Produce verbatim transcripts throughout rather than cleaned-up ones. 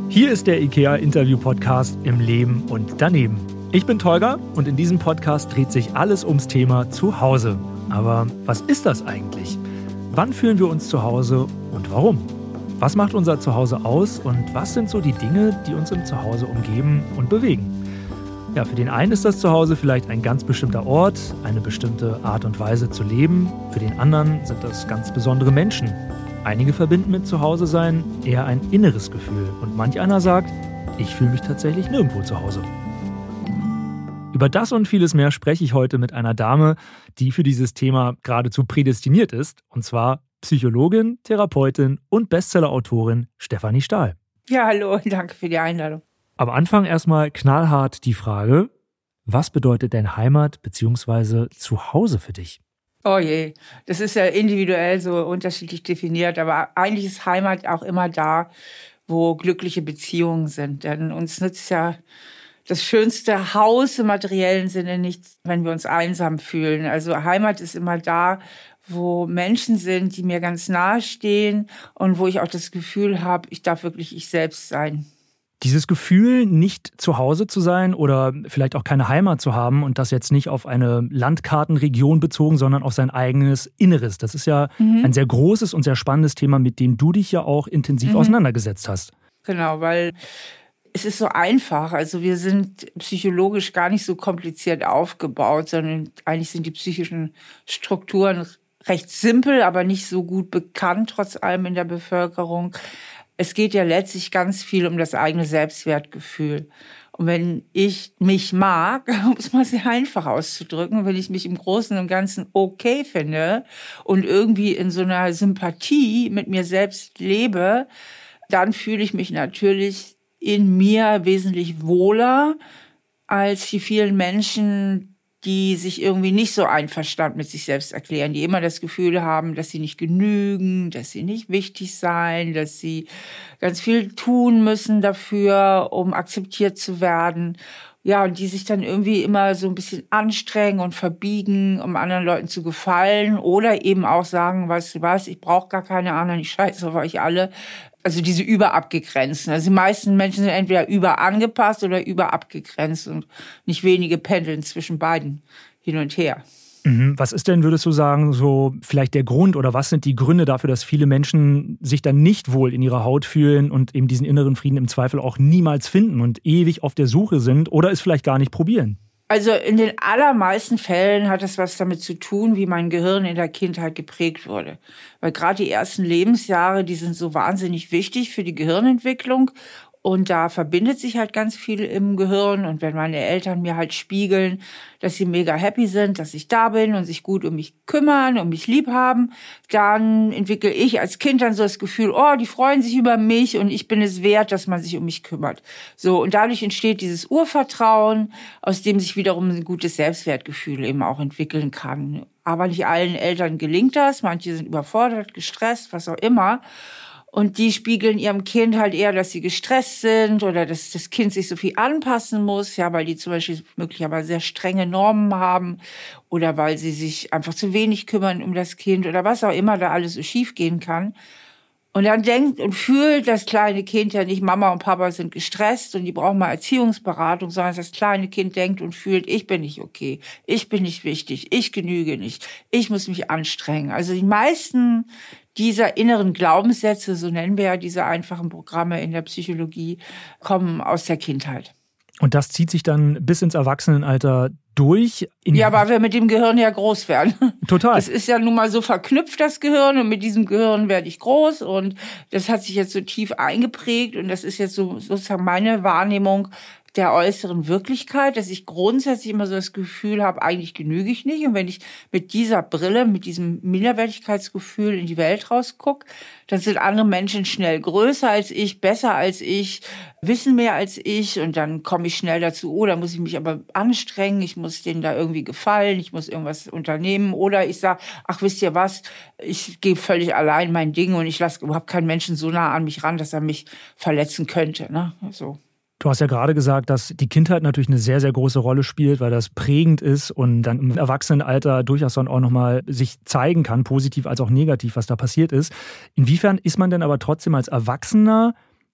Hier ist der IKEA-Interview-Podcast im Leben und daneben. Ich bin Tolga und in diesem Podcast dreht sich alles ums Thema Zuhause. Aber was ist das eigentlich? Wann fühlen wir uns zu Hause und warum? Was macht unser Zuhause aus und was sind so die Dinge, die uns im Zuhause umgeben und bewegen? Ja, für den einen ist das Zuhause vielleicht ein ganz bestimmter Ort, eine bestimmte Art und Weise zu leben. Für den anderen sind das ganz besondere Menschen. Einige verbinden mit Zuhause sein eher ein inneres Gefühl und manch einer sagt, ich fühle mich tatsächlich nirgendwo zu Hause. Über das und vieles mehr spreche ich heute mit einer Dame, die für dieses Thema geradezu prädestiniert ist, und zwar Psychologin, Therapeutin und Bestsellerautorin Stefanie Stahl. Ja, hallo, danke für die Einladung. Am Anfang erstmal knallhart die Frage, was bedeutet denn Heimat bzw. Zuhause für dich? Oh je, das ist ja individuell so unterschiedlich definiert, aber eigentlich ist Heimat auch immer da, wo glückliche Beziehungen sind. Denn uns nützt ja das schönste Haus im materiellen Sinne nichts, wenn wir uns einsam fühlen. Also Heimat ist immer da, wo Menschen sind, die mir ganz nahe stehen und wo ich auch das Gefühl habe, ich darf wirklich ich selbst sein. Dieses Gefühl, nicht zu Hause zu sein oder vielleicht auch keine Heimat zu haben und das jetzt nicht auf eine Landkartenregion bezogen, sondern auf sein eigenes Inneres. Das ist ja mhm. ein sehr großes und sehr spannendes Thema, mit dem du dich ja auch intensiv mhm. auseinandergesetzt hast. Genau, weil es ist so einfach. Also wir sind psychologisch gar nicht so kompliziert aufgebaut, sondern eigentlich sind die psychischen Strukturen recht simpel, aber nicht so gut bekannt, trotz allem in der Bevölkerung. Es geht ja letztlich ganz viel um das eigene Selbstwertgefühl. Und wenn ich mich mag, um es mal sehr einfach auszudrücken, wenn ich mich im Großen und Ganzen okay finde und irgendwie in so einer Sympathie mit mir selbst lebe, dann fühle ich mich natürlich in mir wesentlich wohler als die vielen Menschen, die sich irgendwie nicht so einverstanden mit sich selbst erklären, die immer das Gefühl haben, dass sie nicht genügen, dass sie nicht wichtig seien, dass sie ganz viel tun müssen dafür, um akzeptiert zu werden. Ja, und die sich dann irgendwie immer so ein bisschen anstrengen und verbiegen, um anderen Leuten zu gefallen oder eben auch sagen, weißt du was, ich brauche gar keine anderen, ich scheiße auf euch alle. Also diese überabgegrenzten. Also die meisten Menschen sind entweder überangepasst oder überabgegrenzt und nicht wenige pendeln zwischen beiden hin und her. Was ist denn, würdest du sagen, so vielleicht der Grund oder was sind die Gründe dafür, dass viele Menschen sich dann nicht wohl in ihrer Haut fühlen und eben diesen inneren Frieden im Zweifel auch niemals finden und ewig auf der Suche sind oder es vielleicht gar nicht probieren? Also in den allermeisten Fällen hat es was damit zu tun, wie mein Gehirn in der Kindheit geprägt wurde. Weil gerade die ersten Lebensjahre, die sind so wahnsinnig wichtig für die Gehirnentwicklung. Und da verbindet sich halt ganz viel im Gehirn. Und wenn meine Eltern mir halt spiegeln, dass sie mega happy sind, dass ich da bin und sich gut um mich kümmern und mich lieb haben, dann entwickle ich als Kind dann so das Gefühl, oh, die freuen sich über mich und ich bin es wert, dass man sich um mich kümmert. So, und dadurch entsteht dieses Urvertrauen, aus dem sich wiederum ein gutes Selbstwertgefühl eben auch entwickeln kann. Aber nicht allen Eltern gelingt das. Manche sind überfordert, gestresst, was auch immer. Und die spiegeln ihrem Kind halt eher, dass sie gestresst sind oder dass das Kind sich so viel anpassen muss, ja, weil die zum Beispiel möglicherweise sehr strenge Normen haben oder weil sie sich einfach zu wenig kümmern um das Kind oder was auch immer da alles so schief gehen kann. Und dann denkt und fühlt das kleine Kind ja nicht, Mama und Papa sind gestresst und die brauchen mal Erziehungsberatung, sondern das kleine Kind denkt und fühlt, ich bin nicht okay, ich bin nicht wichtig, ich genüge nicht, ich muss mich anstrengen. Also die meisten dieser inneren Glaubenssätze, so nennen wir ja diese einfachen Programme in der Psychologie, kommen aus der Kindheit. Und das zieht sich dann bis ins Erwachsenenalter durch? Ja, weil wir mit dem Gehirn ja groß werden. Total. Das ist ja nun mal so verknüpft, das Gehirn. Und mit diesem Gehirn werde ich groß. Und das hat sich jetzt so tief eingeprägt. Und das ist jetzt so sozusagen meine Wahrnehmung der äußeren Wirklichkeit, dass ich grundsätzlich immer so das Gefühl habe, eigentlich genüge ich nicht. Und wenn ich mit dieser Brille, mit diesem Minderwertigkeitsgefühl in die Welt rausgucke, dann sind andere Menschen schnell größer als ich, besser als ich, wissen mehr als ich. Und dann komme ich schnell dazu, oh, da muss ich mich aber anstrengen, ich muss denen da irgendwie gefallen, ich muss irgendwas unternehmen. Oder ich sage, ach, wisst ihr was, ich gehe völlig allein mein Ding und ich lasse überhaupt keinen Menschen so nah an mich ran, dass er mich verletzen könnte. Ne? So. Du hast ja gerade gesagt, dass die Kindheit natürlich eine sehr, sehr große Rolle spielt, weil das prägend ist und dann im Erwachsenenalter durchaus dann auch nochmal sich zeigen kann, positiv als auch negativ, was da passiert ist. Inwiefern ist man denn aber trotzdem als Erwachsener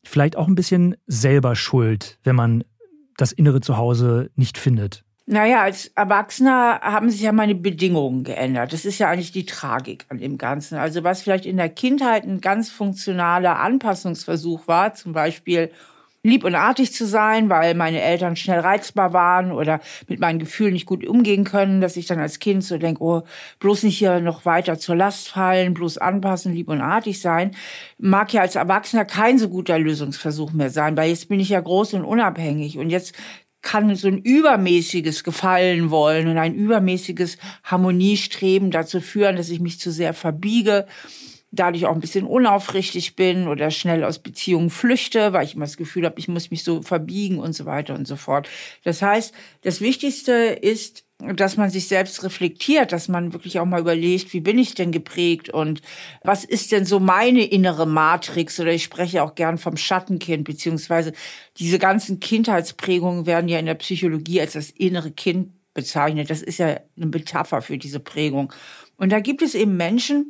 vielleicht auch ein bisschen selber schuld, wenn man das innere Zuhause nicht findet? Naja, als Erwachsener haben sich ja meine Bedingungen geändert. Das ist ja eigentlich die Tragik an dem Ganzen. Also was vielleicht in der Kindheit ein ganz funktionaler Anpassungsversuch war, zum Beispiel lieb und artig zu sein, weil meine Eltern schnell reizbar waren oder mit meinen Gefühlen nicht gut umgehen können, dass ich dann als Kind so denke, oh, bloß nicht hier noch weiter zur Last fallen, bloß anpassen, lieb und artig sein, mag ja als Erwachsener kein so guter Lösungsversuch mehr sein, weil jetzt bin ich ja groß und unabhängig und jetzt kann so ein übermäßiges Gefallen wollen und ein übermäßiges Harmoniestreben dazu führen, dass ich mich zu sehr verbiege, dadurch auch ein bisschen unaufrichtig bin oder schnell aus Beziehungen flüchte, weil ich immer das Gefühl habe, ich muss mich so verbiegen und so weiter und so fort. Das heißt, das Wichtigste ist, dass man sich selbst reflektiert, dass man wirklich auch mal überlegt, wie bin ich denn geprägt und was ist denn so meine innere Matrix, oder ich spreche auch gern vom Schattenkind, beziehungsweise diese ganzen Kindheitsprägungen werden ja in der Psychologie als das innere Kind bezeichnet. Das ist ja eine Metapher für diese Prägung. Und da gibt es eben Menschen,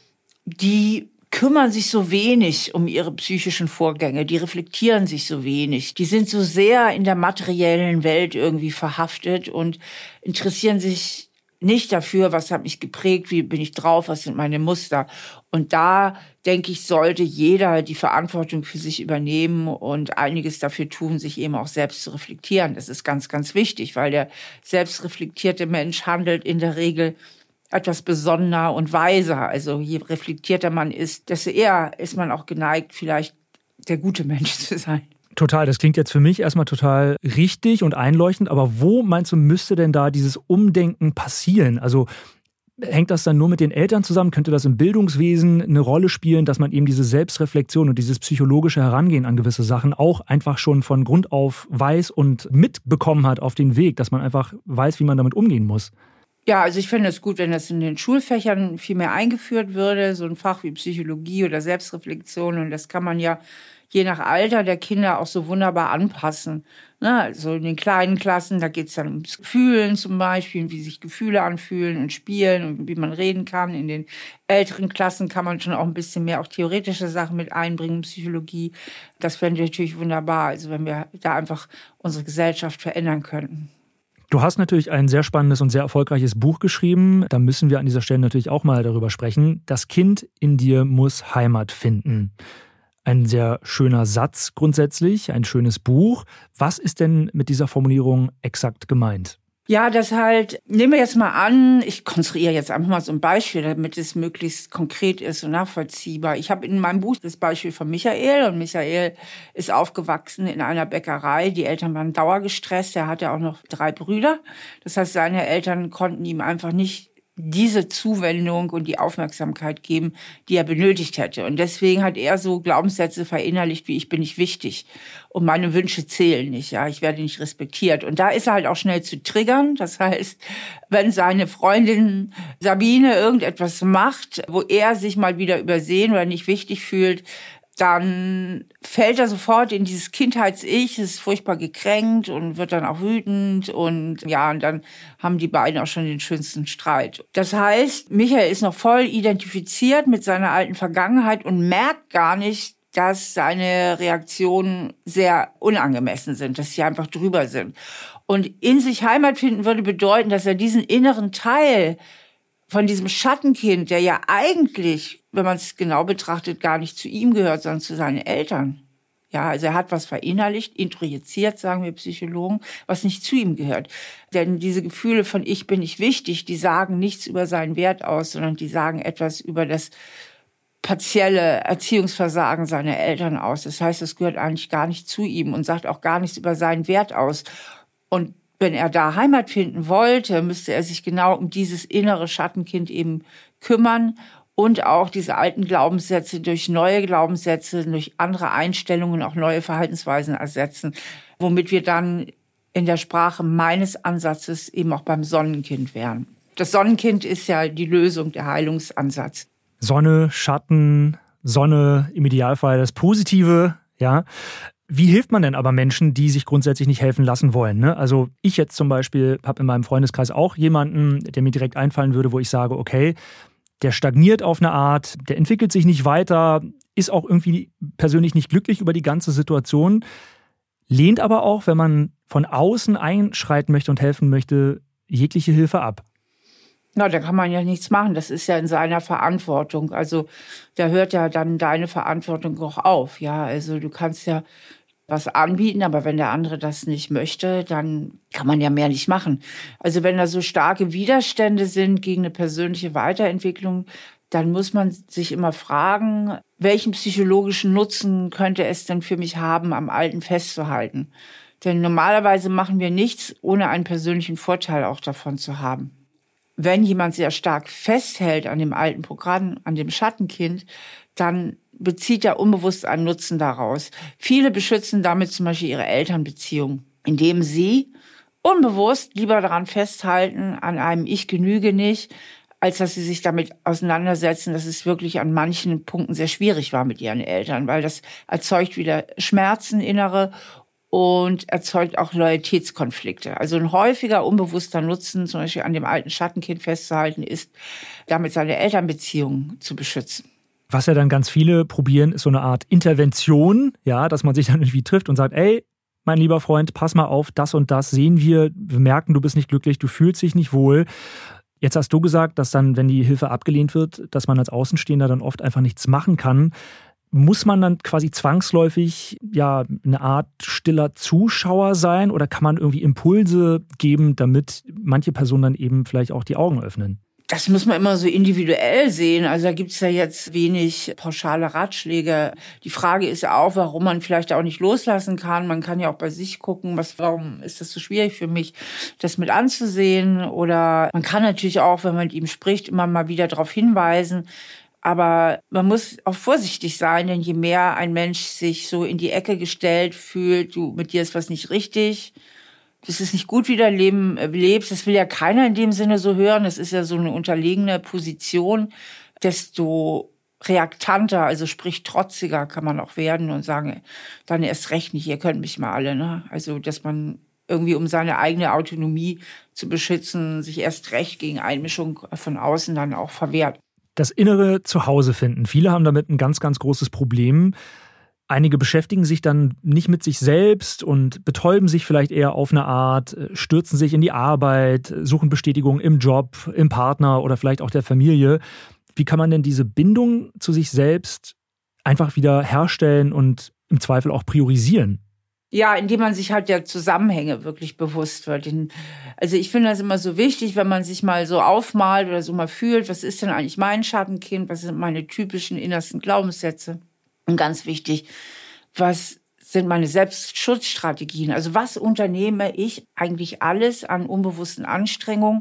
die kümmern sich so wenig um ihre psychischen Vorgänge, die reflektieren sich so wenig, die sind so sehr in der materiellen Welt irgendwie verhaftet und interessieren sich nicht dafür, was hat mich geprägt, wie bin ich drauf, was sind meine Muster. Und da, denke ich, sollte jeder die Verantwortung für sich übernehmen und einiges dafür tun, sich eben auch selbst zu reflektieren. Das ist ganz, ganz wichtig, weil der selbstreflektierte Mensch handelt in der Regel etwas besonnener und weiser. Also je reflektierter man ist, desto eher ist man auch geneigt, vielleicht der gute Mensch zu sein. Total, das klingt jetzt für mich erstmal total richtig und einleuchtend, aber wo meinst du, müsste denn da dieses Umdenken passieren? Also hängt das dann nur mit den Eltern zusammen? Könnte das im Bildungswesen eine Rolle spielen, dass man eben diese Selbstreflexion und dieses psychologische Herangehen an gewisse Sachen auch einfach schon von Grund auf weiß und mitbekommen hat auf den Weg, dass man einfach weiß, wie man damit umgehen muss? Ja, also ich finde es gut, wenn das in den Schulfächern viel mehr eingeführt würde, so ein Fach wie Psychologie oder Selbstreflexion. Und das kann man ja je nach Alter der Kinder auch so wunderbar anpassen. Ne? Also in den kleinen Klassen, da geht es dann ums Fühlen zum Beispiel, wie sich Gefühle anfühlen und spielen und wie man reden kann. In den älteren Klassen kann man schon auch ein bisschen mehr auch theoretische Sachen mit einbringen, Psychologie. Das fände ich natürlich wunderbar, also wenn wir da einfach unsere Gesellschaft verändern könnten. Du hast natürlich ein sehr spannendes und sehr erfolgreiches Buch geschrieben. Da müssen wir an dieser Stelle natürlich auch mal darüber sprechen. Das Kind in dir muss Heimat finden. Ein sehr schöner Satz grundsätzlich, ein schönes Buch. Was ist denn mit dieser Formulierung exakt gemeint? Ja, das halt, nehmen wir jetzt mal an, ich konstruiere jetzt einfach mal so ein Beispiel, damit es möglichst konkret ist und nachvollziehbar. Ich habe in meinem Buch das Beispiel von Michael und Michael ist aufgewachsen in einer Bäckerei. Die Eltern waren dauergestresst, er hatte auch noch drei Brüder. Das heißt, seine Eltern konnten ihm einfach nicht diese Zuwendung und die Aufmerksamkeit geben, die er benötigt hätte. Und deswegen hat er so Glaubenssätze verinnerlicht, wie ich bin nicht wichtig und meine Wünsche zählen nicht, ja, ich werde nicht respektiert. Und da ist er halt auch schnell zu triggern. Das heißt, wenn seine Freundin Sabine irgendetwas macht, wo er sich mal wieder übersehen oder nicht wichtig fühlt, dann fällt er sofort in dieses Kindheits-Ich, ist furchtbar gekränkt und wird dann auch wütend und ja, und dann haben die beiden auch schon den schönsten Streit. Das heißt, Michael ist noch voll identifiziert mit seiner alten Vergangenheit und merkt gar nicht, dass seine Reaktionen sehr unangemessen sind, dass sie einfach drüber sind. Und in sich Heimat finden würde bedeuten, dass er diesen inneren Teil von diesem Schattenkind, der ja eigentlich, wenn man es genau betrachtet, gar nicht zu ihm gehört, sondern zu seinen Eltern. Ja, also er hat was verinnerlicht, introjiziert, sagen wir Psychologen, was nicht zu ihm gehört. Denn diese Gefühle von ich bin nicht wichtig, die sagen nichts über seinen Wert aus, sondern die sagen etwas über das partielle Erziehungsversagen seiner Eltern aus. Das heißt, es gehört eigentlich gar nicht zu ihm und sagt auch gar nichts über seinen Wert aus. Und wenn er da Heimat finden wollte, müsste er sich genau um dieses innere Schattenkind eben kümmern und auch diese alten Glaubenssätze durch neue Glaubenssätze, durch andere Einstellungen, auch neue Verhaltensweisen ersetzen, womit wir dann in der Sprache meines Ansatzes eben auch beim Sonnenkind wären. Das Sonnenkind ist ja die Lösung, der Heilungsansatz. Sonne, Schatten, Sonne, im Idealfall das Positive, ja. Wie hilft man denn aber Menschen, die sich grundsätzlich nicht helfen lassen wollen? Ne? Also ich jetzt zum Beispiel habe in meinem Freundeskreis auch jemanden, der mir direkt einfallen würde, wo ich sage, okay, der stagniert auf eine Art, der entwickelt sich nicht weiter. ist auch irgendwie persönlich nicht glücklich über die ganze Situation, lehnt aber auch, wenn man von außen einschreiten möchte und helfen möchte, jegliche Hilfe ab. Na, da kann man ja nichts machen. Das ist ja in seiner Verantwortung. Also da hört ja dann deine Verantwortung auch auf. Ja, also du kannst ja was anbieten, aber wenn der andere das nicht möchte, dann kann man ja mehr nicht machen. Also wenn da so starke Widerstände sind gegen eine persönliche Weiterentwicklung, dann muss man sich immer fragen, welchen psychologischen Nutzen könnte es denn für mich haben, am Alten festzuhalten? Denn normalerweise machen wir nichts, ohne einen persönlichen Vorteil auch davon zu haben. Wenn jemand sehr stark festhält an dem alten Programm, an dem Schattenkind, dann bezieht er unbewusst einen Nutzen daraus. Viele beschützen damit zum Beispiel ihre Elternbeziehung, indem sie unbewusst lieber daran festhalten, an einem Ich genüge nicht, als dass sie sich damit auseinandersetzen, dass es wirklich an manchen Punkten sehr schwierig war mit ihren Eltern, weil das erzeugt wieder Schmerzen, innere, und erzeugt auch Loyalitätskonflikte. Also ein häufiger unbewusster Nutzen, zum Beispiel an dem alten Schattenkind festzuhalten, ist, damit seine Elternbeziehung zu beschützen. Was ja dann ganz viele probieren, ist so eine Art Intervention, ja, dass man sich dann irgendwie trifft und sagt, ey, mein lieber Freund, pass mal auf, das und das sehen wir, wir merken, du bist nicht glücklich, du fühlst dich nicht wohl. Jetzt hast du gesagt, dass dann, wenn die Hilfe abgelehnt wird, dass man als Außenstehender dann oft einfach nichts machen kann. Muss man dann quasi zwangsläufig ja eine Art stiller Zuschauer sein oder kann man irgendwie Impulse geben, damit manche Personen dann eben vielleicht auch die Augen öffnen? Das muss man immer so individuell sehen. Also da gibt's ja jetzt wenig pauschale Ratschläge. Die Frage ist ja auch, warum man vielleicht auch nicht loslassen kann. Man kann ja auch bei sich gucken, was, warum ist das so schwierig für mich, das mit anzusehen? Oder man kann natürlich auch, wenn man mit ihm spricht, immer mal wieder darauf hinweisen. Aber man muss auch vorsichtig sein, denn je mehr ein Mensch sich so in die Ecke gestellt fühlt, du, mit dir ist was nicht richtig, das ist nicht gut, wie du Leben lebst, das will ja keiner in dem Sinne so hören, das ist ja so eine unterlegene Position, desto reaktanter, also sprich trotziger kann man auch werden und sagen, dann erst recht nicht, ihr könnt mich mal alle, ne? Also, dass man irgendwie, um seine eigene Autonomie zu beschützen, sich erst recht gegen Einmischung von außen dann auch verwehrt. Das innere Zuhause finden. Viele haben damit ein ganz, ganz großes Problem. Einige beschäftigen sich dann nicht mit sich selbst und betäuben sich vielleicht eher auf eine Art, stürzen sich in die Arbeit, suchen Bestätigung im Job, im Partner oder vielleicht auch der Familie. Wie kann man denn diese Bindung zu sich selbst einfach wieder herstellen und im Zweifel auch priorisieren? Ja, indem man sich halt der Zusammenhänge wirklich bewusst wird. Also ich finde das immer so wichtig, wenn man sich mal so aufmalt oder so mal fühlt, was ist denn eigentlich mein Schattenkind, was sind meine typischen innersten Glaubenssätze? Und ganz wichtig, was sind meine Selbstschutzstrategien? Also was unternehme ich eigentlich alles an unbewussten Anstrengungen,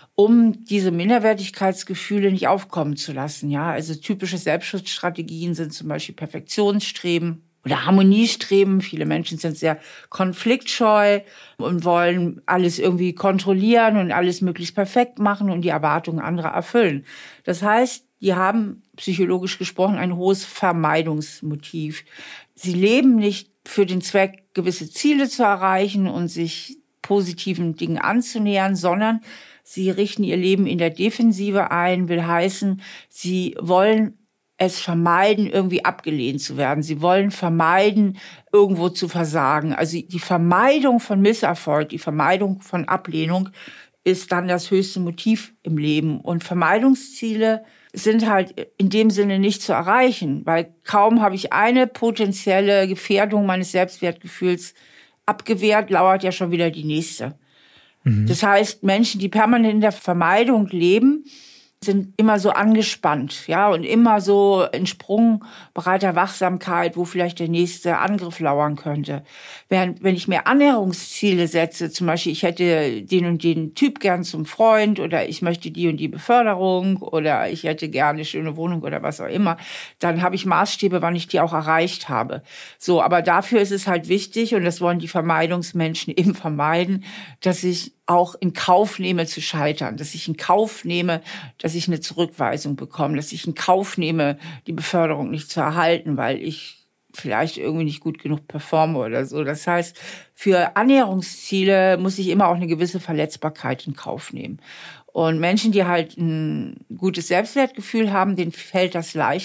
um diese Minderwertigkeitsgefühle nicht aufkommen zu lassen? Ja, also typische Selbstschutzstrategien sind zum Beispiel Perfektionsstreben oder Harmoniestreben. Viele Menschen sind sehr konfliktscheu und wollen alles irgendwie kontrollieren und alles möglichst perfekt machen und die Erwartungen anderer erfüllen. Das heißt, die haben psychologisch gesprochen ein hohes Vermeidungsmotiv. Sie leben nicht für den Zweck, gewisse Ziele zu erreichen und sich positiven Dingen anzunähern, sondern sie richten ihr Leben in der Defensive ein, will heißen, sie wollen es vermeiden, irgendwie abgelehnt zu werden. Sie wollen vermeiden, irgendwo zu versagen. Also die Vermeidung von Misserfolg, die Vermeidung von Ablehnung ist dann das höchste Motiv im Leben. Und Vermeidungsziele sind halt in dem Sinne nicht zu erreichen, weil kaum habe ich eine potenzielle Gefährdung meines Selbstwertgefühls abgewehrt, lauert ja schon wieder die nächste. Mhm. Das heißt, Menschen, die permanent in der Vermeidung leben, sind immer so angespannt, ja, und immer so in sprungbereiter Wachsamkeit, wo vielleicht der nächste Angriff lauern könnte. Während, wenn ich mir Annäherungsziele setze, zum Beispiel, ich hätte den und den Typ gern zum Freund oder ich möchte die und die Beförderung oder ich hätte gerne eine schöne Wohnung oder was auch immer, dann habe ich Maßstäbe, wann ich die auch erreicht habe. So, aber dafür ist es halt wichtig, und das wollen die Vermeidungsmenschen eben vermeiden, dass ich auch in Kauf nehme zu scheitern, dass ich in Kauf nehme, dass ich eine Zurückweisung bekomme, dass ich in Kauf nehme, die Beförderung nicht zu erhalten, weil ich vielleicht irgendwie nicht gut genug performe oder so. Das heißt, für Annäherungsziele muss ich immer auch eine gewisse Verletzbarkeit in Kauf nehmen. Und Menschen, die halt ein gutes Selbstwertgefühl haben, denen fällt das leichter.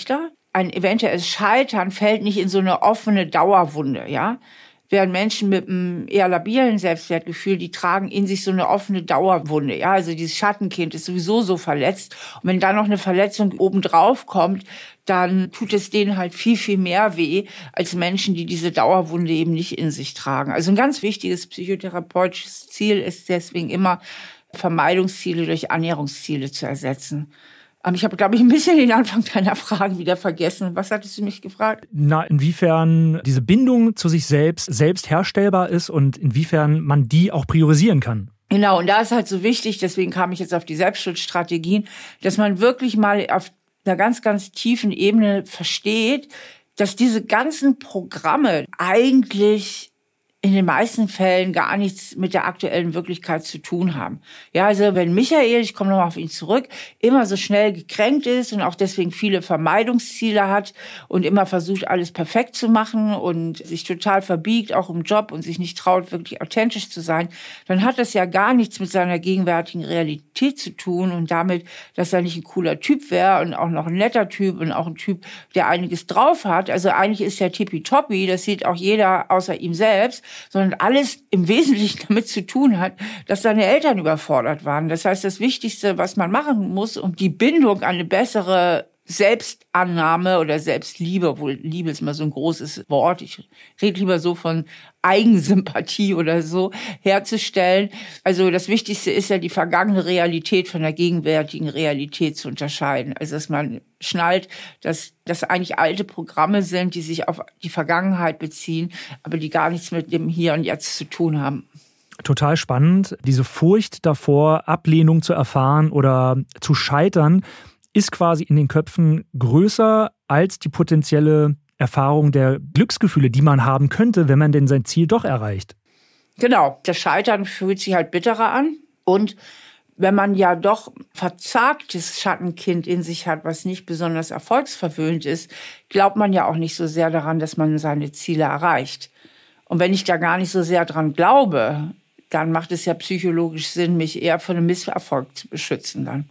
ein eventuelles Scheitern fällt nicht in so eine offene Dauerwunde, ja. Während Menschen mit einem eher labilen Selbstwertgefühl, die tragen in sich so eine offene Dauerwunde, ja. Also dieses Schattenkind ist sowieso so verletzt. Und wenn da noch eine Verletzung obendrauf kommt, dann tut es denen halt viel, viel mehr weh als Menschen, die diese Dauerwunde eben nicht in sich tragen. Also ein ganz wichtiges psychotherapeutisches Ziel ist deswegen immer, Vermeidungsziele durch Annäherungsziele zu ersetzen. Aber ich habe, glaube ich, ein bisschen den Anfang deiner Fragen wieder vergessen. Was hattest du mich gefragt? Na, inwiefern diese Bindung zu sich selbst selbst herstellbar ist und inwiefern man die auch priorisieren kann. Genau, und da ist halt so wichtig, deswegen kam ich jetzt auf die Selbstschutzstrategien, dass man wirklich mal auf einer ganz, ganz tiefen Ebene versteht, dass diese ganzen Programme eigentlich in den meisten Fällen gar nichts mit der aktuellen Wirklichkeit zu tun haben. Ja, also wenn Michael, ich komme nochmal auf ihn zurück, immer so schnell gekränkt ist und auch deswegen viele Vermeidungsziele hat und immer versucht, alles perfekt zu machen und sich total verbiegt, auch im Job und sich nicht traut, wirklich authentisch zu sein, dann hat das ja gar nichts mit seiner gegenwärtigen Realität zu tun und damit, dass er nicht ein cooler Typ wäre und auch noch ein netter Typ und auch ein Typ, der einiges drauf hat. Also eigentlich ist er tippitoppi, das sieht auch jeder außer ihm selbst, sondern alles im Wesentlichen damit zu tun hat, dass seine Eltern überfordert waren. Das heißt, das Wichtigste, was man machen muss, um die Bindung an eine bessere Selbstannahme oder Selbstliebe, obwohl Liebe ist immer so ein großes Wort, ich rede lieber so von Eigensympathie oder so, herzustellen. Also das Wichtigste ist ja, die vergangene Realität von der gegenwärtigen Realität zu unterscheiden. Also dass man schnallt, dass das eigentlich alte Programme sind, die sich auf die Vergangenheit beziehen, aber die gar nichts mit dem Hier und Jetzt zu tun haben. Total spannend. Diese Furcht davor, Ablehnung zu erfahren oder zu scheitern, ist quasi in den Köpfen größer als die potenzielle Erfahrung der Glücksgefühle, die man haben könnte, wenn man denn sein Ziel doch erreicht. Genau, das Scheitern fühlt sich halt bitterer an. Und wenn man ja doch verzagtes Schattenkind in sich hat, was nicht besonders erfolgsverwöhnt ist, glaubt man ja auch nicht so sehr daran, dass man seine Ziele erreicht. Und wenn ich da gar nicht so sehr dran glaube, dann macht es ja psychologisch Sinn, mich eher vor einem Misserfolg zu beschützen dann.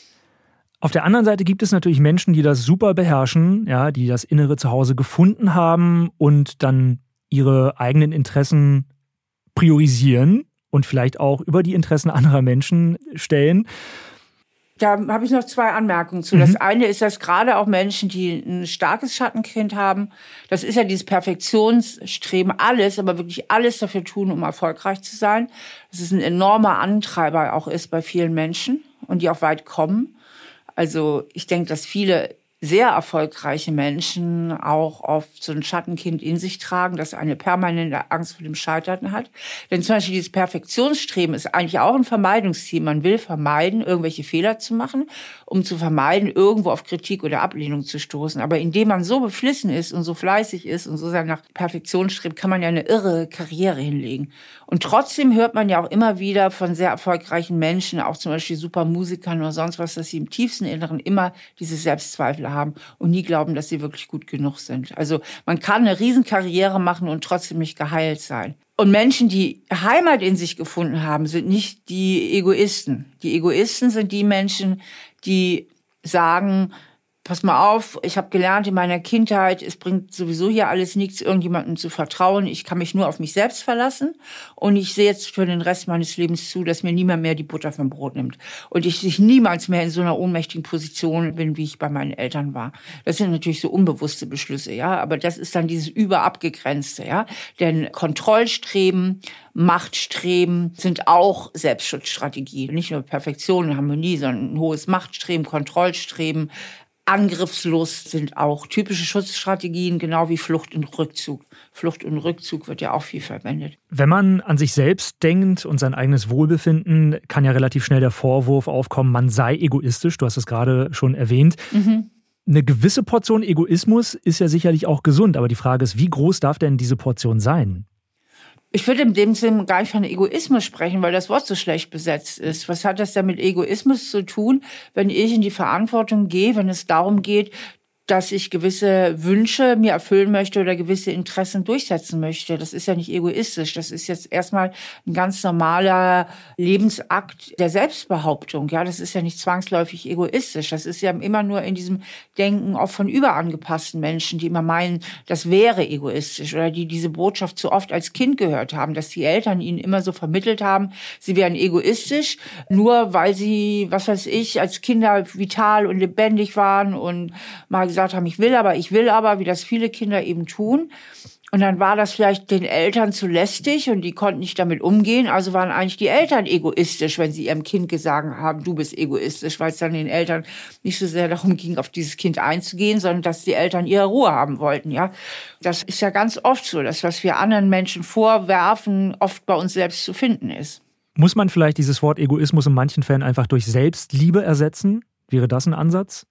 Auf der anderen Seite gibt es natürlich Menschen, die das super beherrschen, ja, die das innere Zuhause gefunden haben und dann ihre eigenen Interessen priorisieren und vielleicht auch über die Interessen anderer Menschen stellen. Da habe ich noch zwei Anmerkungen zu. Mhm. Das eine ist, dass gerade auch Menschen, die ein starkes Schattenkind haben, das ist ja dieses Perfektionsstreben, alles, aber wirklich alles dafür tun, um erfolgreich zu sein. Das ist ein enormer Antreiber auch ist bei vielen Menschen und die auch weit kommen. Also ich denke, dass viele sehr erfolgreiche Menschen auch oft so ein Schattenkind in sich tragen, das eine permanente Angst vor dem Scheitern hat. Denn zum Beispiel dieses Perfektionsstreben ist eigentlich auch ein Vermeidungsziel. Man will vermeiden, irgendwelche Fehler zu machen, um zu vermeiden, irgendwo auf Kritik oder Ablehnung zu stoßen. Aber indem man so beflissen ist und so fleißig ist und so sehr nach Perfektion strebt, kann man ja eine irre Karriere hinlegen. Und trotzdem hört man ja auch immer wieder von sehr erfolgreichen Menschen, auch zum Beispiel Supermusikern oder sonst was, dass sie im tiefsten Inneren immer diese Selbstzweifel haben und nie glauben, dass sie wirklich gut genug sind. Also man kann eine Riesenkarriere machen und trotzdem nicht geheilt sein. Und Menschen, die Heimat in sich gefunden haben, sind nicht die Egoisten. Die Egoisten sind die Menschen, die sagen, pass mal auf, ich habe gelernt in meiner Kindheit, es bringt sowieso hier alles nichts, irgendjemandem zu vertrauen. Ich kann mich nur auf mich selbst verlassen und ich sehe jetzt für den Rest meines Lebens zu, dass mir niemand mehr die Butter vom Brot nimmt und ich, ich niemals mehr in so einer ohnmächtigen Position bin, wie ich bei meinen Eltern war. Das sind natürlich so unbewusste Beschlüsse, ja, aber das ist dann dieses Überabgegrenzte, ja, denn Kontrollstreben, Machtstreben sind auch Selbstschutzstrategien, nicht nur Perfektion und Harmonie, sondern ein hohes Machtstreben, Kontrollstreben, Angriffslust sind auch typische Schutzstrategien, genau wie Flucht und Rückzug. Flucht und Rückzug wird ja auch viel verwendet. Wenn man an sich selbst denkt und sein eigenes Wohlbefinden, kann ja relativ schnell der Vorwurf aufkommen, man sei egoistisch. Du hast es gerade schon erwähnt. Mhm. Eine gewisse Portion Egoismus ist ja sicherlich auch gesund, aber die Frage ist, wie groß darf denn diese Portion sein? Ich würde in dem Sinne gar nicht von Egoismus sprechen, weil das Wort so schlecht besetzt ist. Was hat das denn mit Egoismus zu tun, wenn ich in die Verantwortung gehe, wenn es darum geht, dass ich gewisse Wünsche mir erfüllen möchte oder gewisse Interessen durchsetzen möchte. Das ist ja nicht egoistisch. Das ist jetzt erstmal ein ganz normaler Lebensakt der Selbstbehauptung. Ja, das ist ja nicht zwangsläufig egoistisch. Das ist ja immer nur in diesem Denken auch von überangepassten Menschen, die immer meinen, das wäre egoistisch oder die diese Botschaft zu oft als Kind gehört haben, dass die Eltern ihnen immer so vermittelt haben, sie wären egoistisch, nur weil sie, was weiß ich, als Kinder vital und lebendig waren und mal gesagt haben, ich will aber, ich will aber, wie das viele Kinder eben tun. Und dann war das vielleicht den Eltern zu lästig und die konnten nicht damit umgehen. Also waren eigentlich die Eltern egoistisch, wenn sie ihrem Kind gesagt haben, du bist egoistisch, weil es dann den Eltern nicht so sehr darum ging, auf dieses Kind einzugehen, sondern dass die Eltern ihre Ruhe haben wollten. Ja, das ist ja ganz oft so, dass was wir anderen Menschen vorwerfen, oft bei uns selbst zu finden ist. Muss man vielleicht dieses Wort Egoismus in manchen Fällen einfach durch Selbstliebe ersetzen? Wäre das ein Ansatz?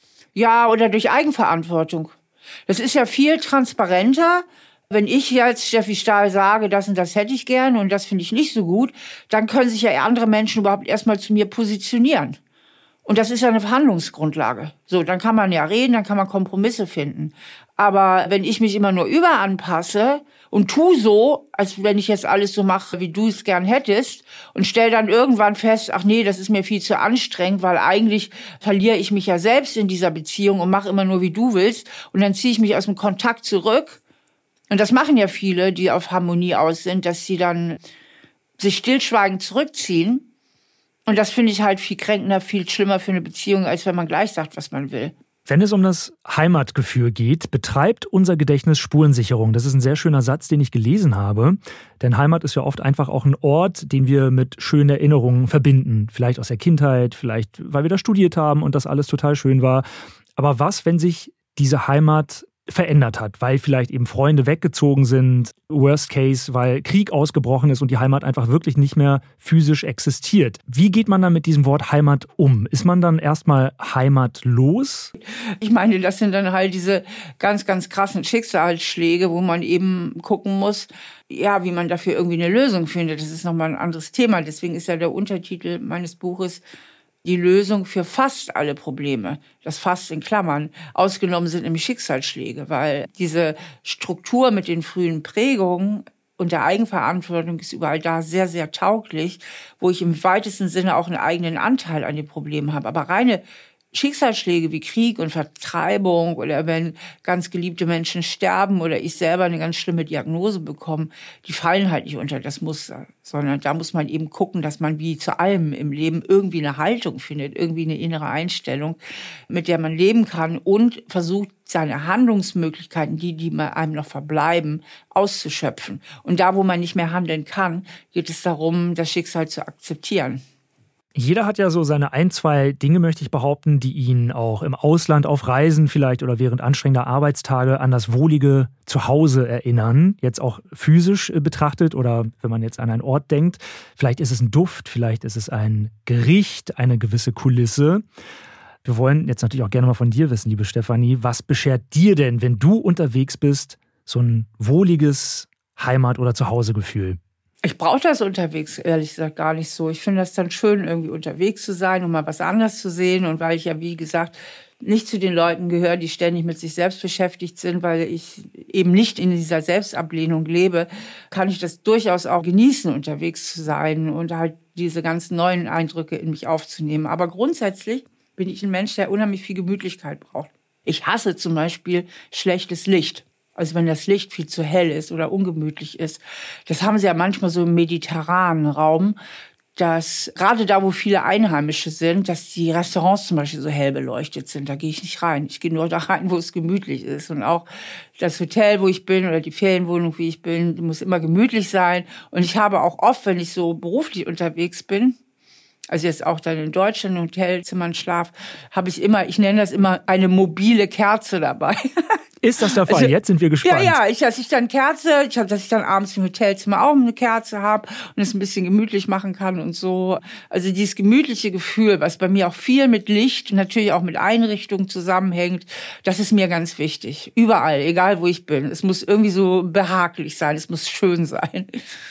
Ja, oder durch Eigenverantwortung. Das ist ja viel transparenter. Wenn ich jetzt Steffi Stahl sage, das und das hätte ich gern und das finde ich nicht so gut, dann können sich ja andere Menschen überhaupt erstmal zu mir positionieren. Und das ist ja eine Verhandlungsgrundlage. So, dann kann man ja reden, dann kann man Kompromisse finden. Aber wenn ich mich immer nur überanpasse und tu so, als wenn ich jetzt alles so mache, wie du es gern hättest und stell dann irgendwann fest, ach nee, das ist mir viel zu anstrengend, weil eigentlich verliere ich mich ja selbst in dieser Beziehung und mache immer nur, wie du willst. Und dann ziehe ich mich aus dem Kontakt zurück. Und das machen ja viele, die auf Harmonie aus sind, dass sie dann sich stillschweigend zurückziehen. Und das finde ich halt viel kränkender, viel schlimmer für eine Beziehung, als wenn man gleich sagt, was man will. Wenn es um das Heimatgefühl geht, betreibt unser Gedächtnis Spurensicherung. Das ist ein sehr schöner Satz, den ich gelesen habe. Denn Heimat ist ja oft einfach auch ein Ort, den wir mit schönen Erinnerungen verbinden. Vielleicht aus der Kindheit, vielleicht weil wir da studiert haben und das alles total schön war. Aber was, wenn sich diese Heimat verändert hat, weil vielleicht eben Freunde weggezogen sind, worst case, weil Krieg ausgebrochen ist und die Heimat einfach wirklich nicht mehr physisch existiert. Wie geht man dann mit diesem Wort Heimat um? Ist man dann erstmal heimatlos? Ich meine, das sind dann halt diese ganz, ganz krassen Schicksalsschläge, wo man eben gucken muss, ja, wie man dafür irgendwie eine Lösung findet. Das ist nochmal ein anderes Thema. Deswegen ist ja der Untertitel meines Buches die Lösung für fast alle Probleme, das fast in Klammern, ausgenommen sind nämlich Schicksalsschläge, weil diese Struktur mit den frühen Prägungen und der Eigenverantwortung ist überall da sehr, sehr tauglich, wo ich im weitesten Sinne auch einen eigenen Anteil an den Problemen habe. Aber reine Schicksalsschläge wie Krieg und Vertreibung oder wenn ganz geliebte Menschen sterben oder ich selber eine ganz schlimme Diagnose bekomme, die fallen halt nicht unter das Muster, sondern da muss man eben gucken, dass man wie zu allem im Leben irgendwie eine Haltung findet, irgendwie eine innere Einstellung, mit der man leben kann und versucht, seine Handlungsmöglichkeiten, die, die einem noch verbleiben, auszuschöpfen. Und da, wo man nicht mehr handeln kann, geht es darum, das Schicksal zu akzeptieren. Jeder hat ja so seine ein, zwei Dinge, möchte ich behaupten, die ihn auch im Ausland auf Reisen vielleicht oder während anstrengender Arbeitstage an das wohlige Zuhause erinnern. Jetzt auch physisch betrachtet oder wenn man jetzt an einen Ort denkt. Vielleicht ist es ein Duft, vielleicht ist es ein Gericht, eine gewisse Kulisse. Wir wollen jetzt natürlich auch gerne mal von dir wissen, liebe Stefanie, was beschert dir denn, wenn du unterwegs bist, so ein wohliges Heimat- oder Zuhausegefühl? Ich brauche das unterwegs, ehrlich gesagt, gar nicht so. Ich finde das dann schön, irgendwie unterwegs zu sein und mal was anderes zu sehen. Und weil ich ja, wie gesagt, nicht zu den Leuten gehöre, die ständig mit sich selbst beschäftigt sind, weil ich eben nicht in dieser Selbstablehnung lebe, kann ich das durchaus auch genießen, unterwegs zu sein und halt diese ganzen neuen Eindrücke in mich aufzunehmen. Aber grundsätzlich bin ich ein Mensch, der unheimlich viel Gemütlichkeit braucht. Ich hasse zum Beispiel schlechtes Licht. Also wenn das Licht viel zu hell ist oder ungemütlich ist. Das haben sie ja manchmal so im mediterranen Raum, dass gerade da, wo viele Einheimische sind, dass die Restaurants zum Beispiel so hell beleuchtet sind. Da gehe ich nicht rein. Ich gehe nur da rein, wo es gemütlich ist. Und auch das Hotel, wo ich bin oder die Ferienwohnung, wie ich bin, die muss immer gemütlich sein. Und ich habe auch oft, wenn ich so beruflich unterwegs bin, also jetzt auch dann in Deutschland, in Hotelzimmern schlaf, habe ich immer, ich nenne das immer eine mobile Kerze dabei. Ist das der Fall? Also, jetzt sind wir gespannt. Ja, ja, ich, dass ich dann Kerze, ich habe, dass ich dann abends im Hotelzimmer auch eine Kerze habe und es ein bisschen gemütlich machen kann und so. Also dieses gemütliche Gefühl, was bei mir auch viel mit Licht und natürlich auch mit Einrichtung zusammenhängt, das ist mir ganz wichtig. Überall, egal wo ich bin. Es muss irgendwie so behaglich sein, es muss schön sein.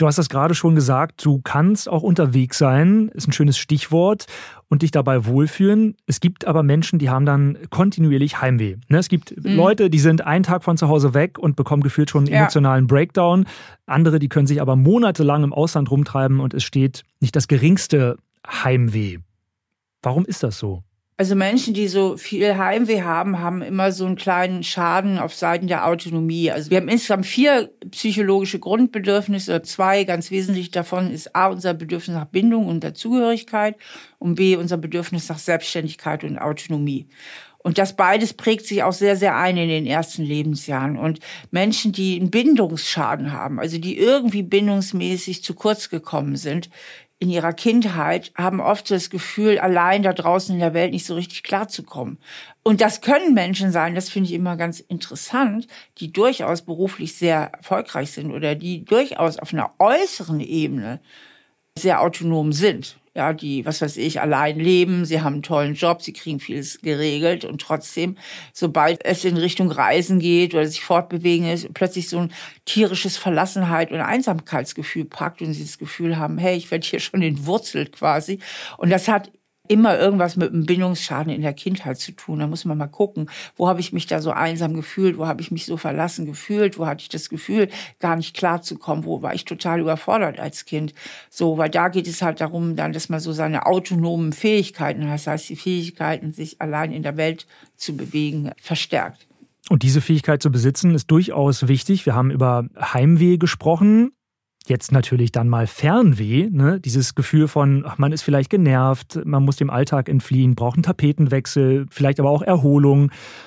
Du hast das gerade schon gesagt, du kannst auch unterwegs sein, ist ein schönes Stichwort, und dich dabei wohlfühlen. Es gibt aber Menschen, die haben dann kontinuierlich Heimweh. Es gibt mhm. Leute, die sind einen Tag von zu Hause weg und bekommen gefühlt schon einen ja. emotionalen Breakdown. Andere, die können sich aber monatelang im Ausland rumtreiben und es steht nicht das geringste Heimweh. Warum ist das so? Also Menschen, die so viel Heimweh haben, haben immer so einen kleinen Schaden auf Seiten der Autonomie. Also wir haben insgesamt vier psychologische Grundbedürfnisse. Zwei, ganz wesentlich davon ist A, unser Bedürfnis nach Bindung und Dazugehörigkeit und B, unser Bedürfnis nach Selbstständigkeit und Autonomie. Und das beides prägt sich auch sehr, sehr ein in den ersten Lebensjahren. Und Menschen, die einen Bindungsschaden haben, also die irgendwie bindungsmäßig zu kurz gekommen sind, in ihrer Kindheit, haben oft das Gefühl, allein da draußen in der Welt nicht so richtig klarzukommen. Und das können Menschen sein, das finde ich immer ganz interessant, die durchaus beruflich sehr erfolgreich sind oder die durchaus auf einer äußeren Ebene sehr autonom sind. Ja, die, was weiß ich, allein leben, sie haben einen tollen Job, sie kriegen vieles geregelt und trotzdem, sobald es in Richtung Reisen geht oder sich fortbewegen ist, plötzlich so ein tierisches Verlassenheit und Einsamkeitsgefühl packt und sie das Gefühl haben, hey, ich werde hier schon entwurzelt quasi. Und das hat immer irgendwas mit einem Bindungsschaden in der Kindheit zu tun. Da muss man mal gucken, wo habe ich mich da so einsam gefühlt, wo habe ich mich so verlassen gefühlt, wo hatte ich das Gefühl, gar nicht klarzukommen, wo war ich total überfordert als Kind. So, weil da geht es halt darum, dann, dass man so seine autonomen Fähigkeiten, das heißt die Fähigkeiten, sich allein in der Welt zu bewegen, verstärkt. Und diese Fähigkeit zu besitzen, ist durchaus wichtig. Wir haben über Heimweh gesprochen. Jetzt natürlich dann mal Fernweh, ne? Dieses Gefühl von, ach, man ist vielleicht genervt, man muss dem Alltag entfliehen, braucht einen Tapetenwechsel, vielleicht aber auch Erholung.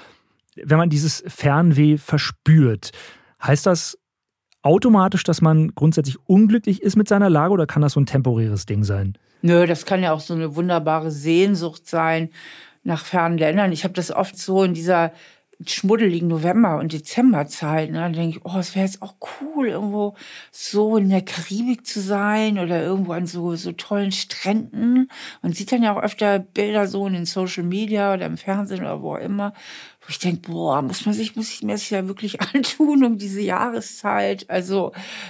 Wenn man dieses Fernweh verspürt, heißt das automatisch, dass man grundsätzlich unglücklich ist mit seiner Lage oder kann das so ein temporäres Ding sein? Nö, das kann ja auch so eine wunderbare Sehnsucht sein nach fernen Ländern. Ich habe das oft so in dieser schmuddeligen November- und Dezemberzeit, ne, da denke ich, oh, es wäre jetzt auch cool, irgendwo so in der Karibik zu sein oder irgendwo an so, so tollen Stränden. Man sieht dann ja auch öfter Bilder so in den Social Media oder im Fernsehen oder wo auch immer, wo ich denke, boah, muss man sich, muss ich mir das ja wirklich antun um diese Jahreszeit? Also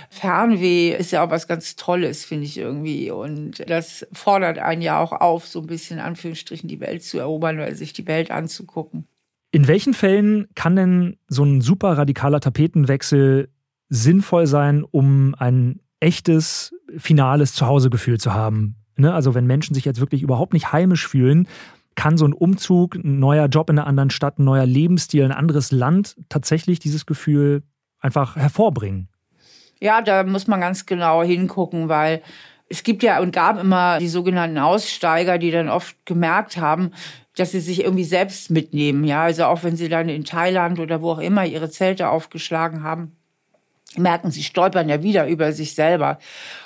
Fernweh ist ja auch was ganz Tolles, finde ich irgendwie. Und das fordert einen ja auch auf, so ein bisschen in Anführungsstrichen die Welt zu erobern oder sich die Welt anzugucken. In welchen Fällen kann denn so ein super radikaler Tapetenwechsel sinnvoll sein, um ein echtes, finales Zuhausegefühl zu haben? Ne? Also wenn Menschen sich jetzt wirklich überhaupt nicht heimisch fühlen, kann so ein Umzug, ein neuer Job in einer anderen Stadt, ein neuer Lebensstil, ein anderes Land tatsächlich dieses Gefühl einfach hervorbringen? Ja, da muss man ganz genau hingucken, weil es gibt ja und gab immer die sogenannten Aussteiger, die dann oft gemerkt haben, dass sie sich irgendwie selbst mitnehmen. Ja, also auch wenn sie dann in Thailand oder wo auch immer ihre Zelte aufgeschlagen haben, merken sie, stolpern ja wieder über sich selber.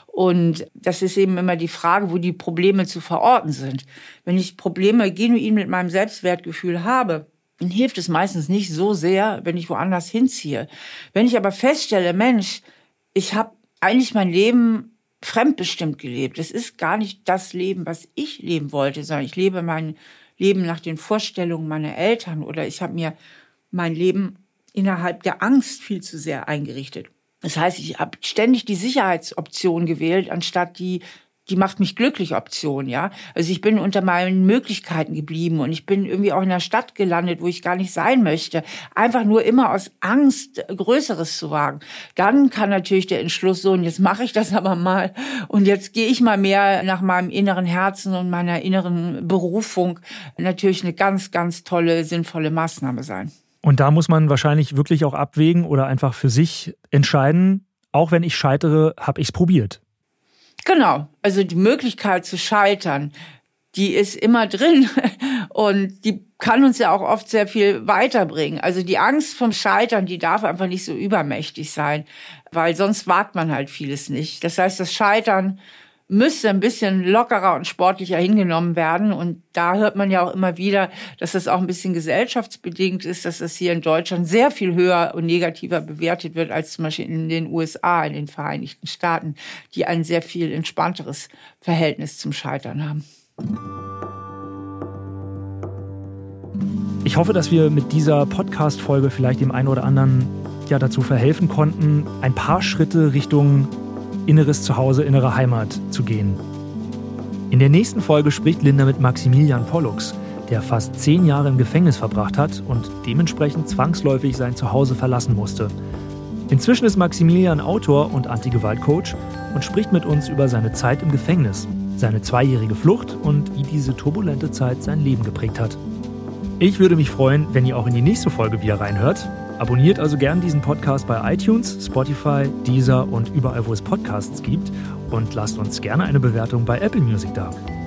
Und das ist eben immer die Frage, wo die Probleme zu verorten sind. Wenn ich Probleme genuin mit meinem Selbstwertgefühl habe, dann hilft es meistens nicht so sehr, wenn ich woanders hinziehe. Wenn ich aber feststelle, Mensch, ich habe eigentlich mein Leben fremdbestimmt gelebt. Es ist gar nicht das Leben, was ich leben wollte, sondern ich lebe mein Leben nach den Vorstellungen meiner Eltern oder ich habe mir mein Leben innerhalb der Angst viel zu sehr eingerichtet. Das heißt, ich habe ständig die Sicherheitsoption gewählt, anstatt die die macht mich glücklich Option, ja. Also ich bin unter meinen Möglichkeiten geblieben und ich bin irgendwie auch in einer Stadt gelandet, wo ich gar nicht sein möchte. Einfach nur immer aus Angst, Größeres zu wagen. Dann kann natürlich der Entschluss so, und jetzt mache ich das aber mal und jetzt gehe ich mal mehr nach meinem inneren Herzen und meiner inneren Berufung, natürlich eine ganz, ganz tolle, sinnvolle Maßnahme sein. Und da muss man wahrscheinlich wirklich auch abwägen oder einfach für sich entscheiden, auch wenn ich scheitere, habe ich es probiert. Genau, also die Möglichkeit zu scheitern, die ist immer drin und die kann uns ja auch oft sehr viel weiterbringen. Also die Angst vom Scheitern, die darf einfach nicht so übermächtig sein, weil sonst wagt man halt vieles nicht. Das heißt, das Scheitern müsste ein bisschen lockerer und sportlicher hingenommen werden. Und da hört man ja auch immer wieder, dass das auch ein bisschen gesellschaftsbedingt ist, dass das hier in Deutschland sehr viel höher und negativer bewertet wird als zum Beispiel in den U S A, in den Vereinigten Staaten, die ein sehr viel entspannteres Verhältnis zum Scheitern haben. Ich hoffe, dass wir mit dieser Podcast-Folge vielleicht dem einen oder anderen ja dazu verhelfen konnten, ein paar Schritte Richtung inneres Zuhause, innere Heimat zu gehen. In der nächsten Folge spricht Linda mit Maximilian Pollux, der fast zehn Jahre im Gefängnis verbracht hat und dementsprechend zwangsläufig sein Zuhause verlassen musste. Inzwischen ist Maximilian Autor und Anti-Gewalt-Coach und spricht mit uns über seine Zeit im Gefängnis, seine zweijährige Flucht und wie diese turbulente Zeit sein Leben geprägt hat. Ich würde mich freuen, wenn ihr auch in die nächste Folge wieder reinhört. Abonniert also gern diesen Podcast bei iTunes, Spotify, Deezer und überall, wo es Podcasts gibt. Und lasst uns gerne eine Bewertung bei Apple Music da.